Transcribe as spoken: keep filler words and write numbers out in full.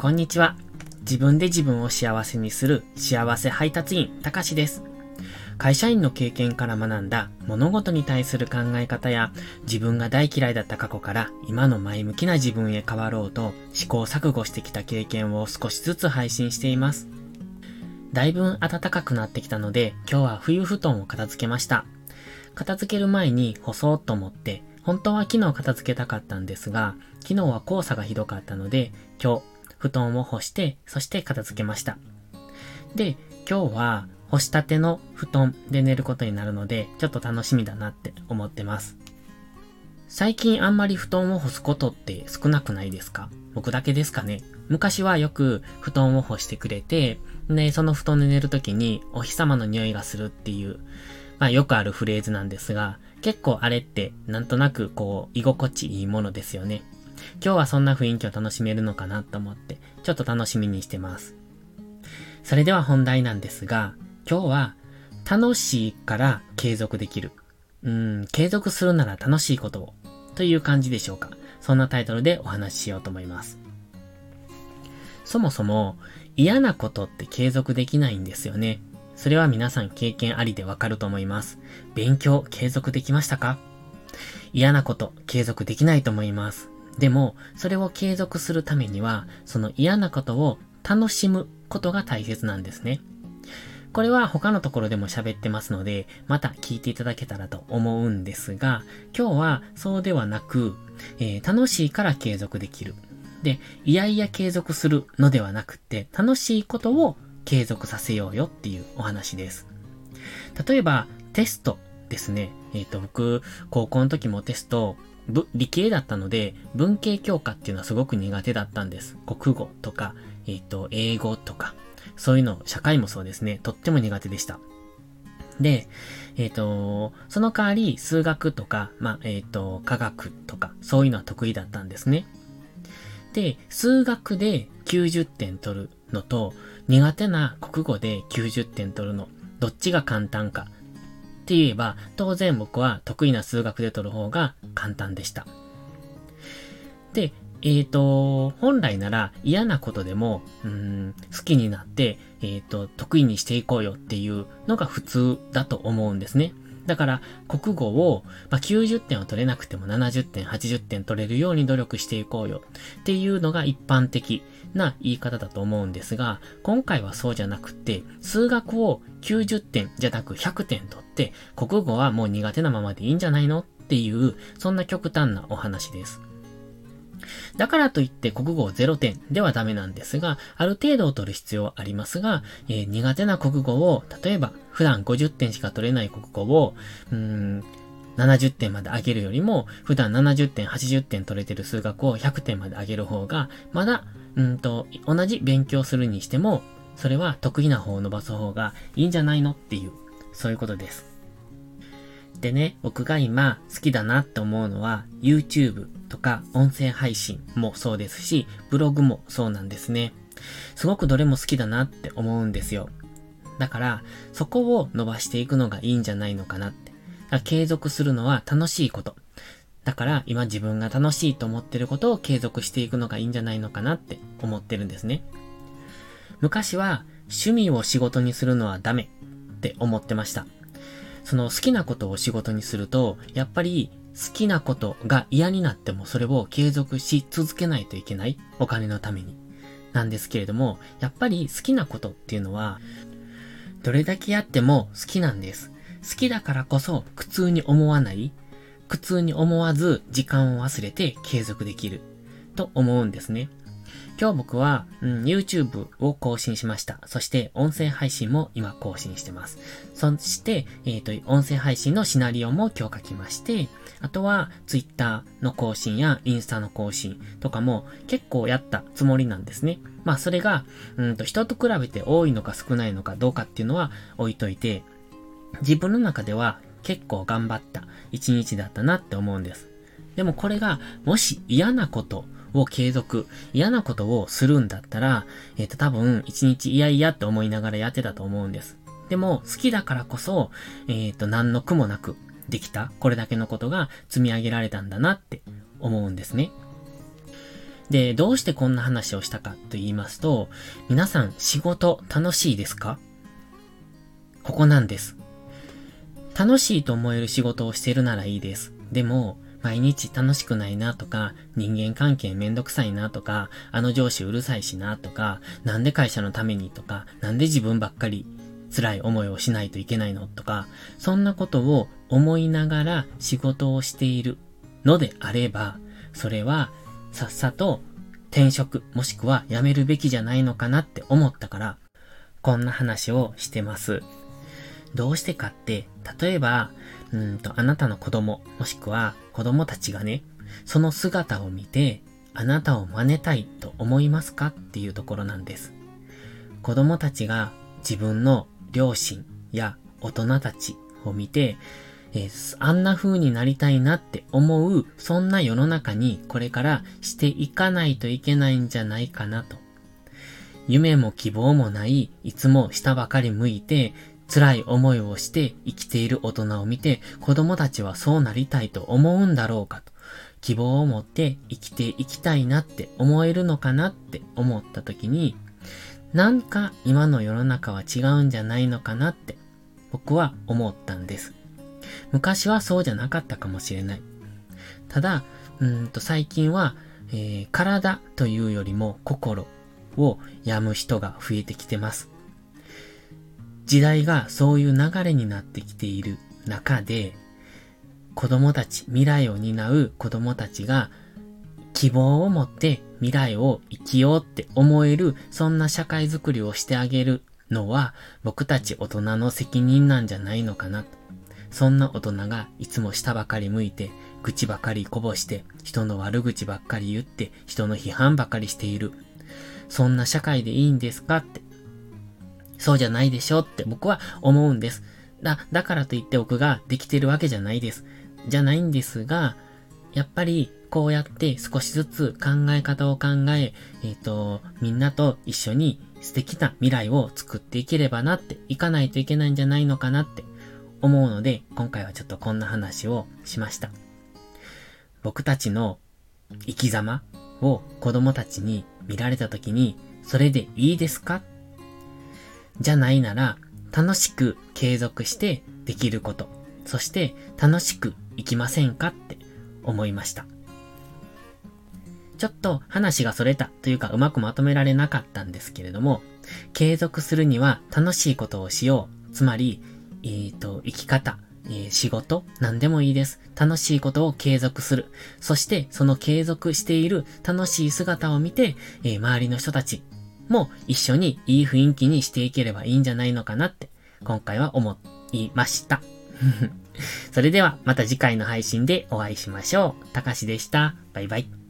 こんにちは。自分で自分を幸せにする幸せ配達員、たかしです。会社員の経験から学んだ物事に対する考え方や自分が大嫌いだった過去から今の前向きな自分へ変わろうと試行錯誤してきた経験を少しずつ配信しています。だいぶ暖かくなってきたので今日は冬布団を片付けました。片付ける前に干そうと思って本当は昨日片付けたかったんですが昨日は黄砂がひどかったので今日布団を干してそして片付けました。で、今日は干したての布団で寝ることになるのでちょっと楽しみだなって思ってます。最近あんまり布団を干すことって少なくないですか？僕だけですかね。昔はよく布団を干してくれて、で、その布団で寝るときにお日様の匂いがするっていう、まあよくあるフレーズなんですが、結構あれってなんとなくこう居心地いいものですよね。今日はそんな雰囲気を楽しめるのかなと思ってちょっと楽しみにしてます。それでは本題なんですが、今日は楽しいから継続できる。うーん、継続するなら楽しいことをという感じでしょうか。そんなタイトルでお話ししようと思います。そもそも嫌なことって継続できないんですよね。それは皆さん経験ありでわかると思います。勉強継続できましたか？嫌なこと継続できないと思います。でもそれを継続するためにはその嫌なことを楽しむことが大切なんですね。これは他のところでも喋ってますので、また聞いていただけたらと思うんですが、今日はそうではなく、えー、楽しいから継続できる。で、いやいや継続するのではなくて、楽しいことを継続させようよっていうお話です。例えば、テストですね。えっと、僕、高校の時もテスト、理系だったので、文系教科っていうのはすごく苦手だったんです。国語とか、えっと、英語とか、そういうの、社会もそうですね、とっても苦手でした。で、えっと、その代わり、数学とか、まあ、えっと、科学とか、そういうのは得意だったんですね。で、数学できゅうじゅってん取るのと、苦手な国語できゅうじゅってん取るの、どっちが簡単かって言えば、当然僕は得意な数学で取る方が簡単でした。で、えっと、本来なら嫌なことでも、うーん、好きになって、えっと、得意にしていこうよっていうのが普通だと思うんですね。だから、国語を、まあ、きゅうじゅってんを取れなくてもななじゅってん、はちじゅってん取れるように努力していこうよっていうのが一般的な言い方だと思うんですが、今回はそうじゃなくて、数学をきゅうじゅってんじゃなくひゃくてん取って、国語はもう苦手なままでいいんじゃないのっていう、そんな極端なお話です。だからといって国語ゼロてんではダメなんですが、ある程度を取る必要はありますが、えー、苦手な国語を、例えば普段ごじゅってんしか取れない国語を、うーん、ななじゅってんまで上げるよりも、普段ななじゅってん、はちじゅってん取れてる数学をひゃくてんまで上げる方が、まだ、うんと、同じ勉強するにしても、それは得意な方を伸ばす方がいいんじゃないのっていう、そういうことです。でね、僕が今好きだなって思うのは YouTube とか音声配信もそうですし、ブログもそうなんですね。すごくどれも好きだなって思うんですよ。だから、そこを伸ばしていくのがいいんじゃないのかなって。継続するのは楽しいこと。だから今自分が楽しいと思ってることを継続していくのがいいんじゃないのかなって思ってるんですね。昔は趣味を仕事にするのはダメって思ってました。その好きなことを仕事にすると、やっぱり好きなことが嫌になってもそれを継続し続けないといけない。お金のために。なんですけれども、やっぱり好きなことっていうのは、どれだけやっても好きなんです。好きだからこそ苦痛に思わない。苦痛に思わず時間を忘れて継続できる。と思うんですね。今日僕は、うん、YouTube を更新しました。そして音声配信も今更新してます。そして、えっと、音声配信のシナリオも今日書きまして、あとは Twitter の更新やインスタの更新とかも結構やったつもりなんですね。まあそれが、うんと人と比べて多いのか少ないのかどうかっていうのは置いといて、自分の中では結構頑張った一日だったなって思うんです。でもこれがもし嫌なことを継続、嫌なことをするんだったら、えっと多分一日嫌々って思いながらやってたと思うんです。でも好きだからこそ、えっと何の苦もなくできた、これだけのことが積み上げられたんだなって思うんですね。 で、どうしてこんな話をしたかと言いますと、皆さん仕事楽しいですか？ここなんです。楽しいと思える仕事をしているならいいです。でも、毎日楽しくないなとか、人間関係めんどくさいなとか、あの上司うるさいしなとか、なんで会社のためにとか、なんで自分ばっかり辛い思いをしないといけないのとか、そんなことを思いながら仕事をしているのであれば、それはさっさと転職もしくは辞めるべきじゃないのかなって思ったから、こんな話をしてます。どうしてかって、例えば、うんと、あなたの子供、もしくは子供たちがね、その姿を見て、あなたを真似たいと思いますかっていうところなんです。子供たちが自分の両親や大人たちを見て、えー、あんな風になりたいなって思う、そんな世の中にこれからしていかないといけないんじゃないかなと。夢も希望もない、いつも下ばかり向いて、辛い思いをして生きている大人を見て、子供たちはそうなりたいと思うんだろうかと。希望を持って生きていきたいなって思えるのかなって思った時に、なんか今の世の中は違うんじゃないのかなって僕は思ったんです。昔はそうじゃなかったかもしれない。ただ、うーんと最近は、えー、体というよりも心を病む人が増えてきてます。時代がそういう流れになってきている中で、子供たち、未来を担う子供たちが希望を持って未来を生きようって思える、そんな社会づくりをしてあげるのは僕たち大人の責任なんじゃないのかな。そんな大人がいつも下ばかり向いて、愚痴ばかりこぼして、人の悪口ばっかり言って、人の批判ばかりしている。そんな社会でいいんですかって。そうじゃないでしょって僕は思うんです。だ、だからといって僕ができてるわけじゃないです。じゃないんですが、やっぱりこうやって少しずつ考え方を考え、えっと、みんなと一緒に素敵な未来を作っていければなって、いかないといけないんじゃないのかなって思うので、今回はちょっとこんな話をしました。僕たちの生き様を子供たちに見られたときに、それでいいですか？じゃないなら、楽しく継続してできること、そして楽しく生きませんかって思いました。ちょっと話がそれたというかうまくまとめられなかったんですけれども、継続するには楽しいことをしよう。つまり、えーと、生き方、えー、仕事、何でもいいです。楽しいことを継続する。そしてその継続している楽しい姿を見て、えー、周りの人たちも一緒にいい雰囲気にしていければいいんじゃないのかなって今回は思いました。それではまた次回の配信でお会いしましょう。たかしでした。バイバイ。